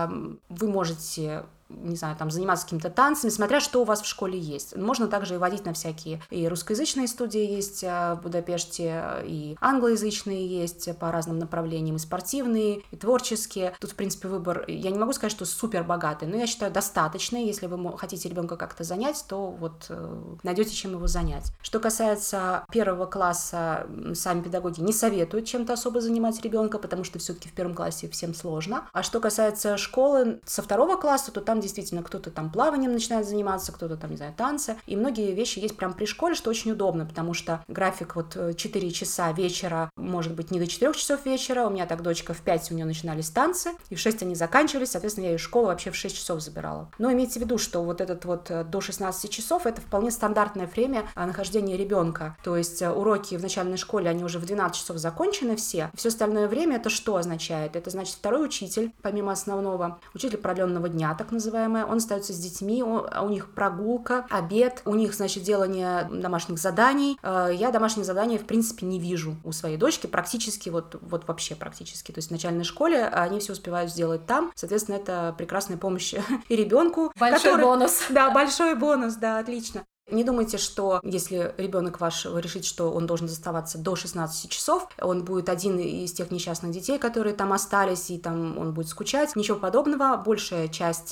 Вы можете, не знаю, там заниматься какими-то танцами, смотря что у вас в школе есть. Можно также и водить на всякие, и русскоязычные студии есть в Будапеште, и англоязычные есть по разным направлениям, и спортивные, и творческие. Тут, в принципе, выбор, я не могу сказать, что супер богатый, но я считаю достаточный. Если вы хотите ребенка как-то занять, то вот найдете, чем его занять. Что касается первого класса, сами педагоги не советуют чем-то особо занимать ребенка, потому что все-таки в первом классе всем сложно. А что касается школы со второго класса, то там действительно кто-то там плаванием начинает заниматься, кто-то там, не знаю, танцы. И многие вещи есть прям при школе, что очень удобно, потому что график вот четыре часа вечера, может быть, не до четырёх часов вечера. У меня так дочка в пять, у нее начинались танцы, и в шесть они заканчивались, соответственно, я ее из школы вообще в шесть часов забирала. Но имейте в виду, что вот этот вот до шестнадцати часов это вполне стандартное время нахождения ребенка. То есть уроки в начальной школе, они уже в двенадцать часов закончены все. Все остальное время это что означает? Это значит второй учитель, помимо основного, учитель продленного дня, так называемый, он остается с детьми, он, у них прогулка, обед, у них, значит, делание домашних заданий. Я домашние задания, в принципе, не вижу у своей дочки, практически, вот, вот вообще практически. То есть в начальной школе они все успевают сделать там, соответственно, это прекрасная помощь и ребенку. Большой который... бонус. Да, большой бонус, да, отлично. Не думайте, что если ребенок ваш решит, что он должен оставаться до шестнадцати часов, он будет один из тех несчастных детей, которые там остались, и там он будет скучать. Ничего подобного. Большая часть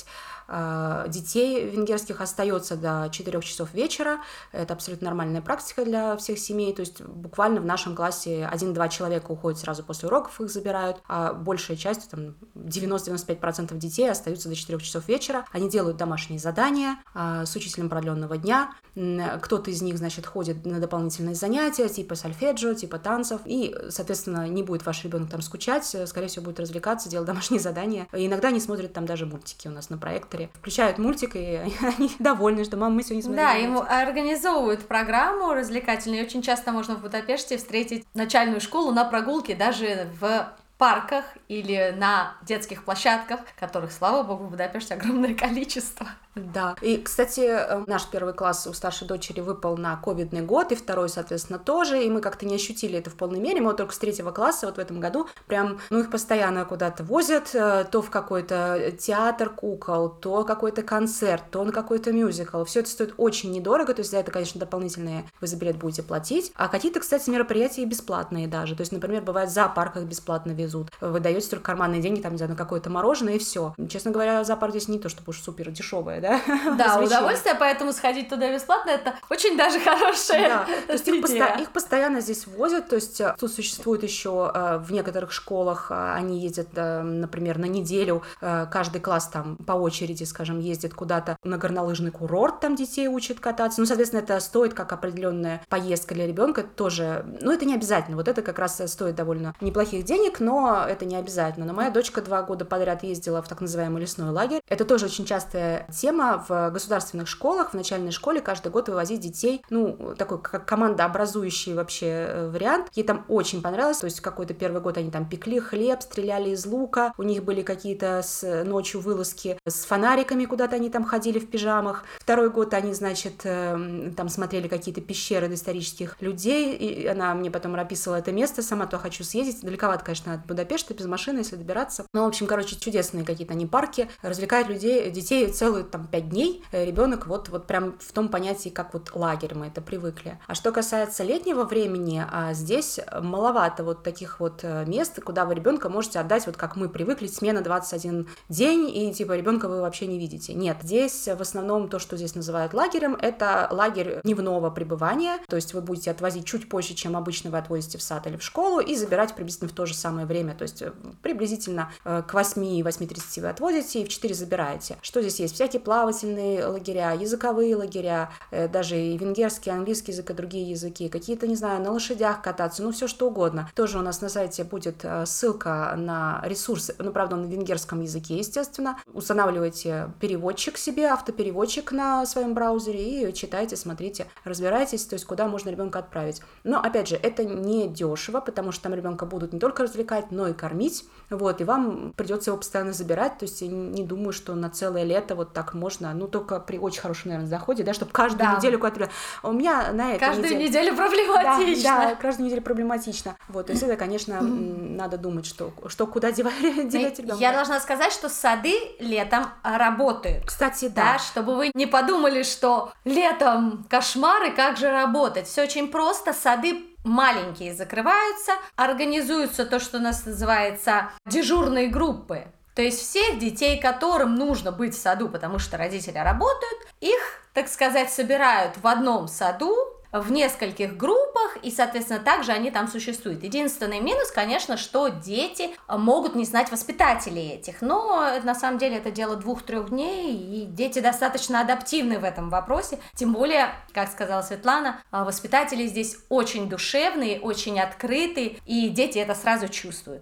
детей венгерских остается до четырёх часов вечера. Это абсолютно нормальная практика для всех семей. То есть буквально в нашем классе один-два человека уходят сразу после уроков, их забирают, а большая часть, там девяносто-девяносто пять процентов детей остаются до четырёх часов вечера. Они делают домашние задания с учителем продленного дня. Кто-то из них, значит, ходит на дополнительные занятия, типа сольфеджио, типа танцев. И, соответственно, не будет ваш ребенок там скучать, скорее всего, будет развлекаться, делать домашние задания. И иногда они смотрят там даже мультики у нас на проекторе. Включают мультик, и они довольны, что мама, мы сегодня смотрим. Да, ему организовывают программу развлекательную. И очень часто можно в Будапеште встретить начальную школу на прогулке даже в парках или на детских площадках, которых, слава богу, в Будапеште огромное количество. Да. И, кстати, наш первый класс у старшей дочери выпал на ковидный год, и второй, соответственно, тоже, и мы как-то не ощутили это в полной мере. Мы вот только с третьего класса вот в этом году прям, ну, их постоянно куда-то возят, то в какой-то театр кукол, то какой-то концерт, то на какой-то мюзикл. Все это стоит очень недорого, то есть за это, конечно, дополнительные вы за билет будете платить. А какие-то, кстати, мероприятия бесплатные даже. То есть, например, бывает, в зоопарках бесплатно везут. Вы даете только карманные деньги, там, не знаю, на какое-то мороженое, и все. Честно говоря, зоопарк здесь не то, чтобы уж супер дешевое, да? Да, удовольствие, поэтому сходить туда бесплатно, это очень даже хорошее. Да, то есть их, посто... их постоянно здесь возят, то есть тут существует еще э, в некоторых школах, э, они ездят, э, например, на неделю, э, каждый класс там по очереди, скажем, ездит куда-то на горнолыжный курорт, там детей учат кататься, ну, соответственно, это стоит как определенная поездка для ребенка, тоже, ну, это не обязательно, вот это как раз стоит довольно неплохих денег, но это не обязательно. Но моя дочка два года подряд ездила в так называемый лесной лагерь, это тоже очень частая тема в государственных школах, в начальной школе каждый год вывозить детей, ну, такой как командообразующий вообще вариант. Ей там очень понравилось, то есть какой-то первый год они там пекли хлеб, стреляли из лука, у них были какие-то с ночью вылазки с фонариками, куда-то они там ходили в пижамах. Второй год они, значит, там смотрели какие-то пещеры доисторических людей, и она мне потом описывала это место, сама то хочу съездить, далековато, конечно, от Будапешта, без машины, если добираться. Ну, в общем, короче, чудесные какие-то они парки, развлекают людей, детей целую там пять дней, ребенок вот, вот прям в том понятии, как вот лагерь, мы это привыкли. А что касается летнего времени, а здесь маловато вот таких вот мест, куда вы ребенка можете отдать, вот как мы привыкли, смена двадцать один день, и типа ребенка вы вообще не видите. Нет, здесь в основном то, что здесь называют лагерем, это лагерь дневного пребывания, то есть вы будете отвозить чуть позже, чем обычно вы отвозите в сад или в школу, и забирать приблизительно в то же самое время, то есть приблизительно к восьми-восьми тридцати вы отводите и в четыре забираете. Что здесь есть? Всякие плавательные лагеря, языковые лагеря, даже и венгерский, английский язык и другие языки, какие-то, не знаю, на лошадях кататься, ну, все что угодно. Тоже у нас на сайте будет ссылка на ресурсы, ну, правда, на венгерском языке, естественно. Устанавливайте переводчик себе, автопереводчик на своем браузере и читайте, смотрите, разбирайтесь, то есть куда можно ребенка отправить. Но, опять же, это не дешево, потому что там ребенка будут не только развлекать, но и кормить, вот, и вам придется его постоянно забирать, то есть я не думаю, что на целое лето вот так можно, ну, только при очень хорошем, наверное, заходе, да, чтобы каждую да. неделю куда-то... У меня на этой Каждую неделе... неделю проблематично. Да, да, каждую неделю проблематично. Вот, то есть это, конечно, надо думать, что, что куда девать, девать ребенка. Я должна сказать, что сады летом работают. Кстати, да. да. Чтобы вы не подумали, что летом кошмары, как же работать. Все очень просто, сады маленькие закрываются, организуются то, что у нас называется дежурные группы. То есть всех детей, которым нужно быть в саду, потому что родители работают, их, так сказать, собирают в одном саду, в нескольких группах, и, соответственно, также они там существуют. Единственный минус, конечно, что дети могут не знать воспитателей этих, но на самом деле это дело двух-трех дней, и дети достаточно адаптивны в этом вопросе, тем более, как сказала Светлана, воспитатели здесь очень душевные, очень открытые, и дети это сразу чувствуют.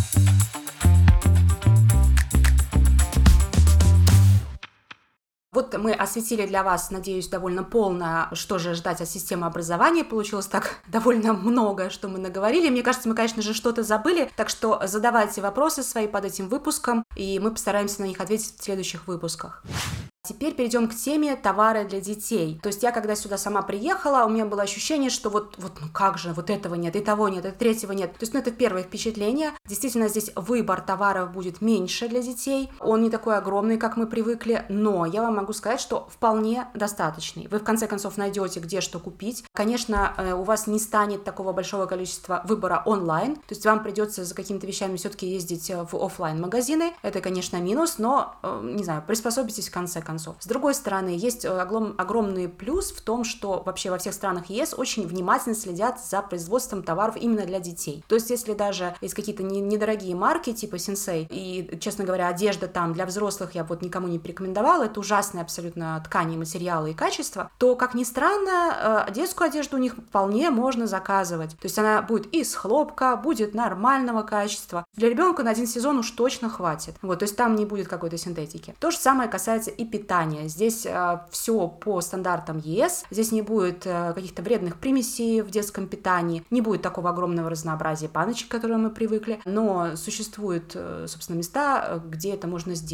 Вот мы осветили для вас, надеюсь, довольно полно, что же ждать от системы образования. Получилось так довольно много, что мы наговорили. Мне кажется, мы, конечно же, что-то забыли, так что задавайте вопросы свои под этим выпуском, и мы постараемся на них ответить в следующих выпусках. Теперь перейдем к теме товары для детей. То есть я, когда сюда сама приехала, у меня было ощущение, что вот, вот ну как же, вот этого нет, и того нет, и третьего нет. То есть, ну, это первое впечатление. Действительно, здесь выбор товаров будет меньше для детей. Он не такой огромный, как мы привыкли, но я вам могу сказать, что вполне достаточный. Вы, в конце концов, найдете, где что купить. Конечно, у вас не станет такого большого количества выбора онлайн, то есть вам придется за какими-то вещами все-таки ездить в офлайн-магазины. Это, конечно, минус, но, не знаю, приспособитесь в конце концов. С другой стороны, есть огромный плюс в том, что вообще во всех странах ЕС очень внимательно следят за производством товаров именно для детей. То есть, если даже есть какие-то недорогие марки типа Sensei, и, честно говоря, одежда там для взрослых я вот никому не порекомендовала, это ужасные абсолютно ткани, материалы и качество, то, как ни странно, детскую одежду у них вполне можно заказывать. То есть она будет из хлопка, будет нормального качества. Для ребенка на один сезон уж точно хватит. Вот, то есть там не будет какой-то синтетики. То же самое касается и питания. Здесь э, все по стандартам ЕС, здесь не будет э, каких-то вредных примесей в детском питании, не будет такого огромного разнообразия баночек, к которым мы привыкли, но существуют, э, собственно, места, где это можно сделать.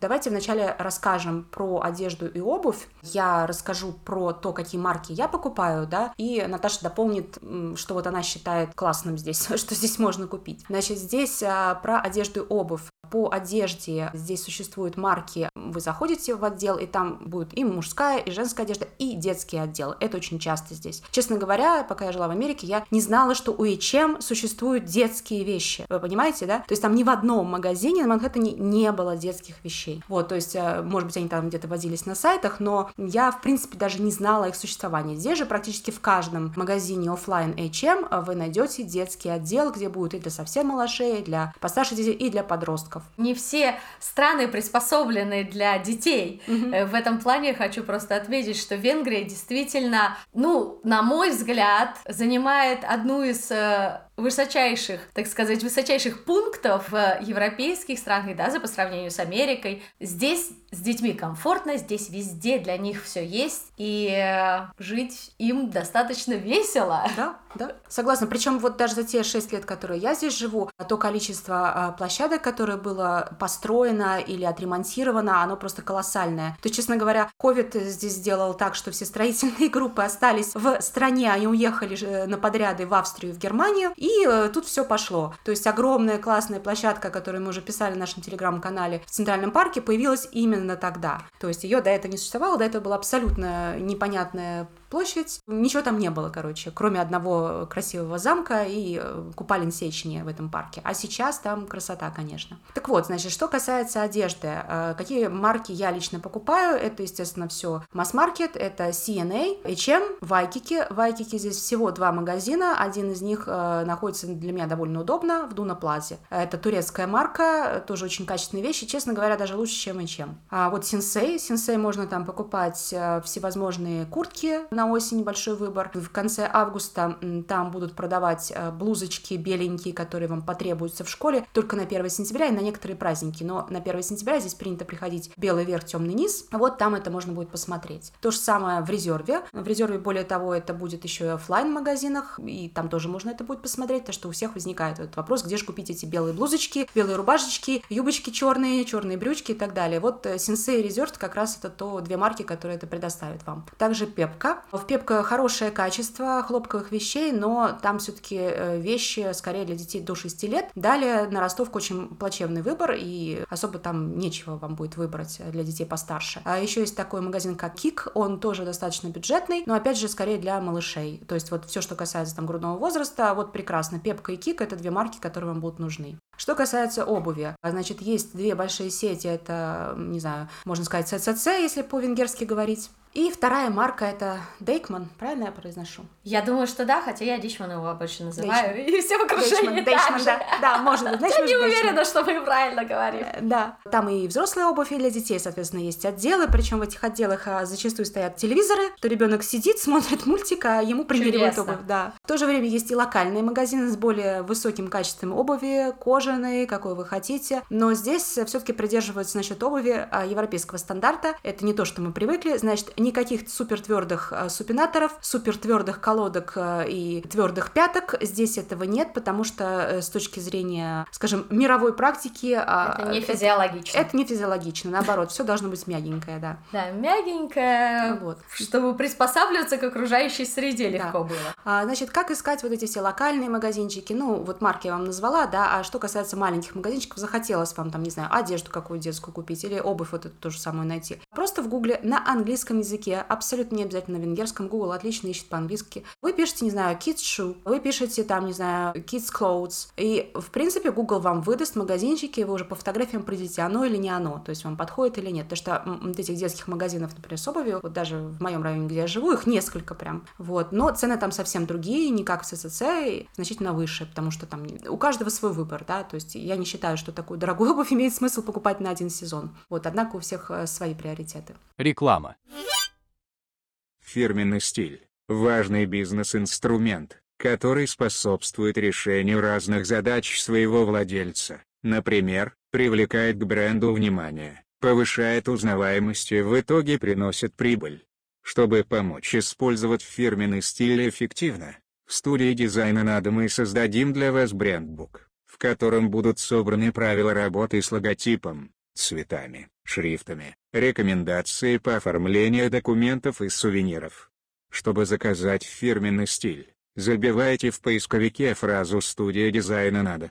Давайте вначале расскажем про одежду и обувь. Я расскажу про то, какие марки я покупаю, да, и Наташа дополнит, что вот она считает классным здесь, что здесь можно купить. Значит, здесь а, про одежду и обувь. По одежде здесь существуют марки, вы заходите в отдел, и там будет и мужская, и женская одежда, и детский отдел. Это очень часто здесь. Честно говоря, пока я жила в Америке, я не знала, что у эйч эм существуют детские вещи. Вы понимаете, да? То есть там ни в одном магазине на Манхэттене не было детских вещей. Вот, то есть, может быть, они там где-то возились на сайтах, но я, в принципе, даже не знала их существования. Здесь же практически в каждом магазине офлайн эйч эм вы найдете детский отдел, где будет и для совсем малышей, и для постарше детей, и для подростков. Не все страны приспособлены для детей. Mm-hmm. В этом плане хочу просто отметить, что Венгрия действительно, ну, на мой взгляд, занимает одну из высочайших, так сказать, высочайших пунктов в европейских странах, даже по сравнению с Америкой. Здесь с детьми комфортно, здесь везде для них все есть, и жить им достаточно весело. Да, да, согласна. Причем вот даже за те шесть лет, которые я здесь живу, то количество площадок, которое было построено или отремонтировано, оно просто колоссальное. То есть, честно говоря, ковид здесь сделал так, что все строительные группы остались в стране, они уехали на подряды в Австрию, в Германию, и э, тут все пошло. То есть огромная классная площадка, которую мы уже писали в нашем телеграм-канале в Центральном парке, появилась именно тогда. То есть ее до этого не существовало, до этого была абсолютно непонятная площадь. Ничего там не было, короче, кроме одного красивого замка и купалин Сечени в этом парке. А сейчас там красота, конечно. Так вот, значит, что касается одежды, какие марки я лично покупаю, это, естественно, все масс-маркет, это си эн эй, эйч эм, Вайкики. Вайкики здесь всего два магазина, один из них находится для меня довольно удобно в Дуна Плазе. Это турецкая марка, тоже очень качественные вещи, честно говоря, даже лучше, чем эйч эм. А вот Синсей, Синсей можно там покупать всевозможные куртки на осень, большой выбор. В конце августа там будут продавать блузочки беленькие, которые вам потребуются в школе, только на первое сентября и на некоторые праздники, но на первое сентября здесь принято приходить белый верх, темный низ, вот там это можно будет посмотреть. То же самое в Резерве. В Резерве, более того, это будет еще и офлайн в магазинах, и там тоже можно это будет посмотреть, потому что у всех возникает этот вопрос, где же купить эти белые блузочки, белые рубашечки, юбочки черные, черные брючки и так далее. Вот Sensei и Резерв как раз это то две марки, которые это предоставят вам. Также Пепка. В Пепка хорошее качество хлопковых вещей, но там все-таки вещи скорее для детей до шести лет. Далее на ростовку очень плачевный выбор, и особо там нечего вам будет выбрать для детей постарше. А еще есть такой магазин, как Кик, он тоже достаточно бюджетный, но опять же скорее для малышей. То есть вот все, что касается там грудного возраста, вот прекрасно. Пепка и Кик — это две марки, которые вам будут нужны. Что касается обуви, значит, есть две большие сети, это, не знаю, можно сказать, си си си, если по-венгерски говорить. И вторая марка — это Дейкман, правильно я произношу? Я думаю, что да, хотя я Дичман его обычно называю, Дейчман. И все в окружении Дейчман, Дейчман, да, да, может быть. Значит, я не Дейчман. уверена, что мы правильно говорим. Да, там и взрослая обувь, и для детей, соответственно, есть отделы, причем в этих отделах зачастую стоят телевизоры, то ребенок сидит, смотрит мультик, а ему примеривают обувь. Да. В то же время есть и локальные магазины с более высоким качеством обуви, кожаной, какой вы хотите, но здесь все-таки придерживаются насчет обуви европейского стандарта. Это не то, что мы привыкли, значит, никаких супертвердых супинаторов, супертвердых колодок и твердых пяток здесь этого нет, потому что с точки зрения, скажем, мировой практики это не физиологично. Это, это не физиологично, наоборот, все должно быть мягенькое, да. Да, мягенькое, вот, чтобы приспосабливаться к окружающей среде легко да. было. А, значит, как искать вот эти все локальные магазинчики? Ну, вот марки я вам назвала, да, а что касается маленьких магазинчиков, захотелось вам там, не знаю, одежду какую детскую купить или обувь вот эту то же самую найти. Просто в гугле на английском языке, абсолютно не обязательно на венгерском, Google отлично ищет по-английски. Вы пишете, не знаю, kids shoe, вы пишете там, не знаю, kids clothes, и, в принципе, Google вам выдаст магазинчики, и вы уже по фотографиям определите, оно или не оно, то есть вам подходит или нет. Потому что вот этих детских магазинов, например, с обувью, вот даже в моем районе, где я живу, их несколько прям, вот, но цены там совсем другие, не как в си си си, значительно выше, потому что там у каждого свой выбор, да, то есть я не считаю, что такую дорогую обувь имеет смысл покупать на один сезон, вот, однако у всех свои приоритеты. Реклама. Фирменный стиль – важный бизнес-инструмент, который способствует решению разных задач своего владельца. Например, привлекает к бренду внимание, повышает узнаваемость и в итоге приносит прибыль. Чтобы помочь использовать фирменный стиль эффективно, в студии дизайна «Надо» мы создадим для вас брендбук, в котором будут собраны правила работы с логотипом, цветами, шрифтами, рекомендации по оформлению документов и сувениров. Чтобы заказать фирменный стиль, забивайте в поисковике фразу «студия дизайна надо».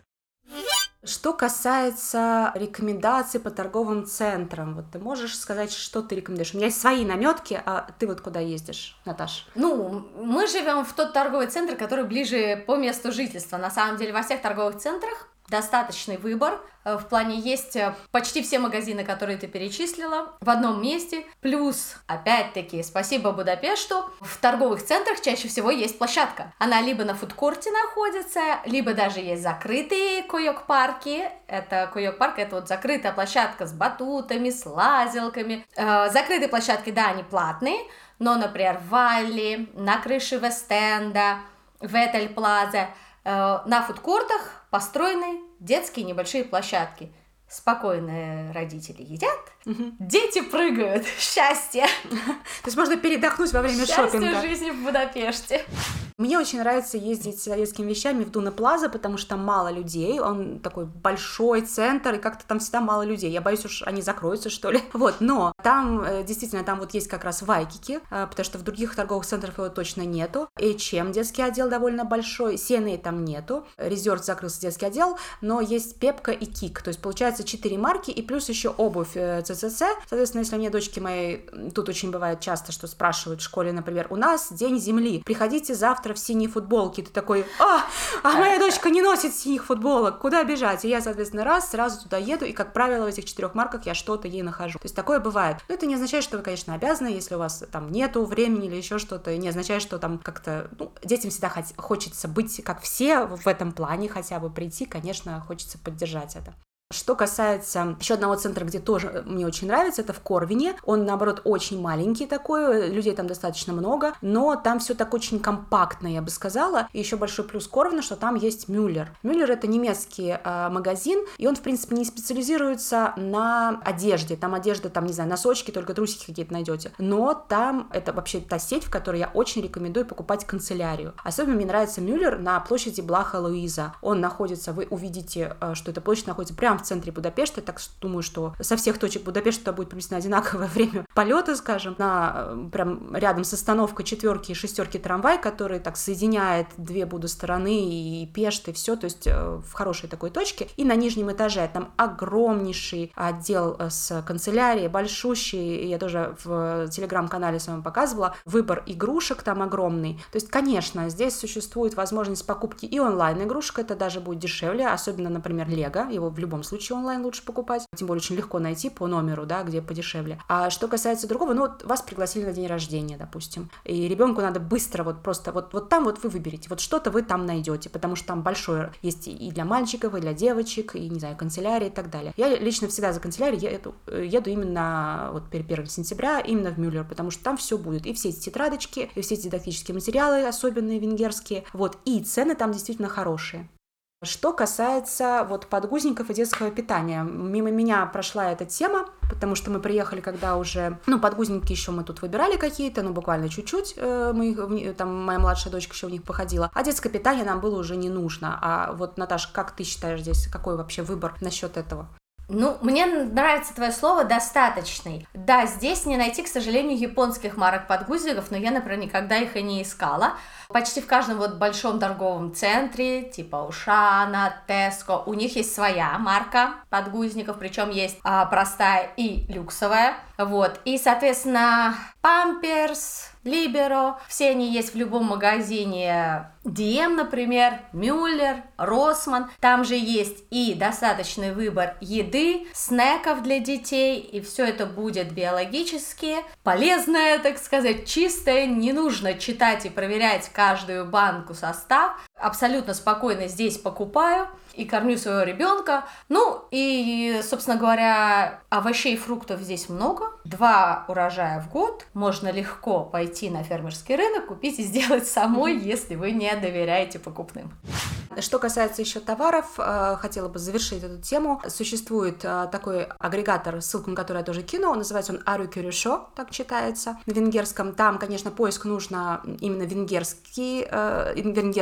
Что касается рекомендаций по торговым центрам, вот ты можешь сказать, что ты рекомендуешь? У меня есть свои наметки, а ты вот куда ездишь, Наташ? Ну, мы живем в тот торговый центр, который ближе по месту жительства. На самом деле во всех торговых центрах достаточный выбор. В плане есть почти все магазины, которые ты перечислила, в одном месте. Плюс, опять-таки, спасибо Будапешту, в торговых центрах чаще всего есть площадка. Она либо на фудкорте находится, либо даже есть закрытые койок-парки. Это койок-парк, это вот закрытая площадка с батутами, с лазилками. Э, закрытые площадки, да, они платные, но, например, в Валли, на крыше Вест-Энда, в Этель Плазе, э, на фудкортах построены детские небольшие площадки. Спокойно родители едят, угу. Дети прыгают. Счастье! То есть можно передохнуть во время Счастье шопинга. Счастье жизни в Будапеште. Мне очень нравится ездить с детскими вещами в Дуна Плаза, потому что там мало людей, он такой большой центр, и как-то там всегда мало людей. Я боюсь, уж они закроются, что ли. Вот, но там, действительно, там вот есть как раз Вайкики, потому что в других торговых центрах его точно нету. эйч эм детский отдел довольно большой, си эн эй там нету, Резерв закрылся детский отдел, но есть Пепка и Кик, то есть получается четыре марки, и плюс еще обувь цэ цэ цэ. Соответственно, если мне дочки мои, тут очень бывает часто, что спрашивают в школе, например, у нас День Земли, приходите завтра в синей футболке, ты такой, а, а моя дочка не носит синих футболок, куда бежать? И я, соответственно, раз, сразу туда еду, и, как правило, в этих четырех марках я что-то ей нахожу. То есть такое бывает. Но это не означает, что вы, конечно, обязаны, если у вас там нету времени или еще что-то, и не означает, что там как-то, ну, детям всегда хот- хочется быть как все в этом плане, хотя бы прийти, конечно, хочется поддержать это. Что касается еще одного центра, где тоже мне очень нравится, это в Корвине. Он, наоборот, очень маленький такой, людей там достаточно много, но там все так очень компактно, я бы сказала. И еще большой плюс Корвина, что там есть Мюллер. Мюллер — это немецкий э, магазин, и он, в принципе, не специализируется на одежде. Там одежда, там, не знаю, носочки, только трусики какие-то найдете. Но там это вообще та сеть, в которой я очень рекомендую покупать канцелярию. Особенно мне нравится Мюллер на площади Блаха-Луиза. Он находится, вы увидите, что эта площадь находится прямо в центре Будапешта, так что думаю, что со всех точек Будапешта будет приблизительно одинаковое время полета, скажем, на, прям рядом с остановкой четверки и шестерки трамвай, который так соединяет две Буда-стороны и Пешт, и все, то есть в хорошей такой точке. И на нижнем этаже там огромнейший отдел с канцелярией, большущий, я тоже в телеграм-канале с вами показывала, выбор игрушек там огромный. То есть, конечно, здесь существует возможность покупки и онлайн-игрушек, это даже будет дешевле, особенно, например, Лего, его в любом случае онлайн лучше покупать, тем более очень легко найти по номеру, да, где подешевле. А что касается другого, ну вот вас пригласили на день рождения, допустим, и ребенку надо быстро вот просто вот, вот там вот вы выберете, вот что-то вы там найдете, потому что там большое есть и для мальчиков, и для девочек, и, не знаю, канцелярия и так далее. Я лично всегда за канцелярией еду, еду именно вот первого сентября, именно в Мюллер, потому что там все будет, и все эти тетрадочки, и все эти дидактические материалы, особенные венгерские, вот, и цены там действительно хорошие. Что касается вот подгузников и детского питания, мимо меня прошла эта тема, потому что мы приехали, когда уже, ну, подгузники еще мы тут выбирали какие-то, ну, буквально чуть-чуть, э, мы, там моя младшая дочка еще в них походила, а детское питание нам было уже не нужно. А вот, Наташа, как ты считаешь здесь, какой вообще выбор насчет этого? Ну, мне нравится твое слово «достаточный». Да, здесь не найти, к сожалению, японских марок подгузников, но я, например, никогда их и не искала. Почти в каждом вот большом торговом центре, типа Ушана, Теско, у них есть своя марка подгузников, причем есть а, простая и люксовая. Вот, и, соответственно, Памперс, Либеро, все они есть в любом магазине. ди эм, например, Мюллер, Росман. Там же есть и достаточный выбор еды, снеков для детей, и все это будет биологически полезное, так сказать, чистое. Не нужно читать и проверять каждую банку состав. Абсолютно спокойно здесь покупаю и кормлю своего ребенка. Ну и, собственно говоря, овощей и фруктов здесь много. Два урожая в год. Можно легко пойти на фермерский рынок, купить и сделать самой, если вы не доверяете покупным. Что касается еще товаров, хотела бы завершить эту тему. Существует такой агрегатор, ссылку на который я тоже кину, называется он Arukyrusho, так читается на венгерском. Там, конечно, поиск нужно именно венгерский, венгерское название,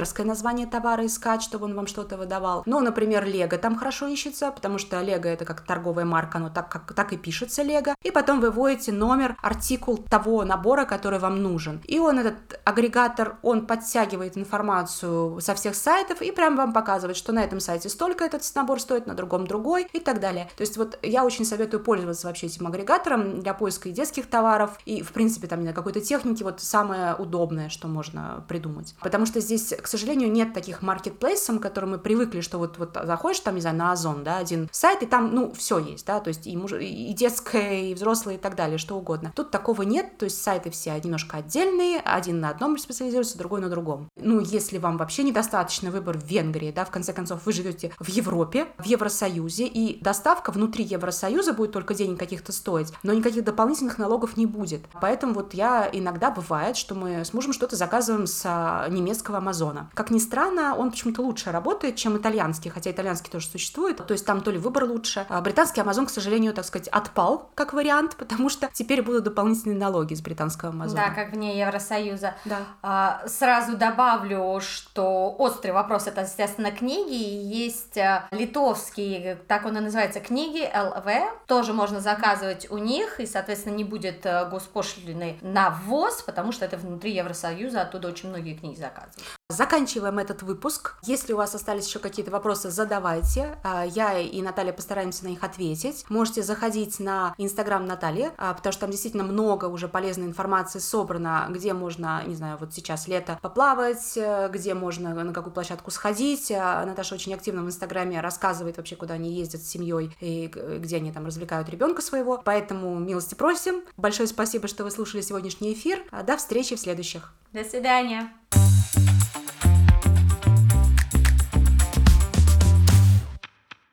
название товара искать, чтобы он вам что-то выдавал. Ну, например, Лего там хорошо ищется, потому что Лего это как торговая марка, оно так, как, так и пишется Лего. И потом вы вводите номер, артикул того набора, который вам нужен. И он, этот агрегатор, он подтягивает информацию со всех сайтов и прям вам показывает, что на этом сайте столько этот набор стоит, на другом другой и так далее. То есть вот я очень советую пользоваться вообще этим агрегатором для поиска и детских товаров, и, в принципе, там, не знаю, какой-то техники, вот самое удобное, что можно придумать. Потому что здесь, к сожалению, нет таких маркетплейсов, к которым мы привыкли, что вот, вот заходишь там, не знаю, на Озон, да, один сайт, и там, ну, все есть, да, то есть и, муж... и детское, и взрослое, и так далее, что угодно. Тут такого нет, то есть сайты все немножко отдельные, один на одном специализируется, другой на другом. Ну, если вам вообще недостаточно выбор в Венгрии, да, в конце концов, вы живете в Европе, в Евросоюзе, и доставка внутри Евросоюза будет только денег каких-то стоить, но никаких дополнительных налогов не будет. Поэтому вот я иногда бывает, что мы с мужем что-то заказываем с немецкого Амазона. Как ни странно, он почему-то лучше работает, чем итальянский, хотя итальянский тоже существует, то есть там то ли выбор лучше. А британский Амазон, к сожалению, так сказать, отпал как вариант, потому что теперь будут дополнительные налоги с британского Амазона. Да, как вне Евросоюза. Да. А, сразу добавлю, что острый вопрос — это, естественно, книги. Есть литовские, так он и называется, книги эл ви. Тоже можно заказывать у них, и, соответственно, не будет госпошлины на ввоз, потому что это внутри Евросоюза, оттуда очень многие книги заказывают. Заканчиваем этот выпуск. Если у вас остались еще какие-то вопросы, задавайте. Я и Наталья постараемся на них ответить. Можете заходить на Инстаграм Натальи, потому что там действительно много уже полезной информации собрано, где можно, не знаю, вот сейчас лето поплавать, где можно на какую площадку сходить. Наташа очень активно в Инстаграме рассказывает вообще, куда они ездят с семьей и где они там развлекают ребенка своего. Поэтому милости просим. Большое спасибо, что вы слушали сегодняшний эфир. До встречи в следующих. До свидания.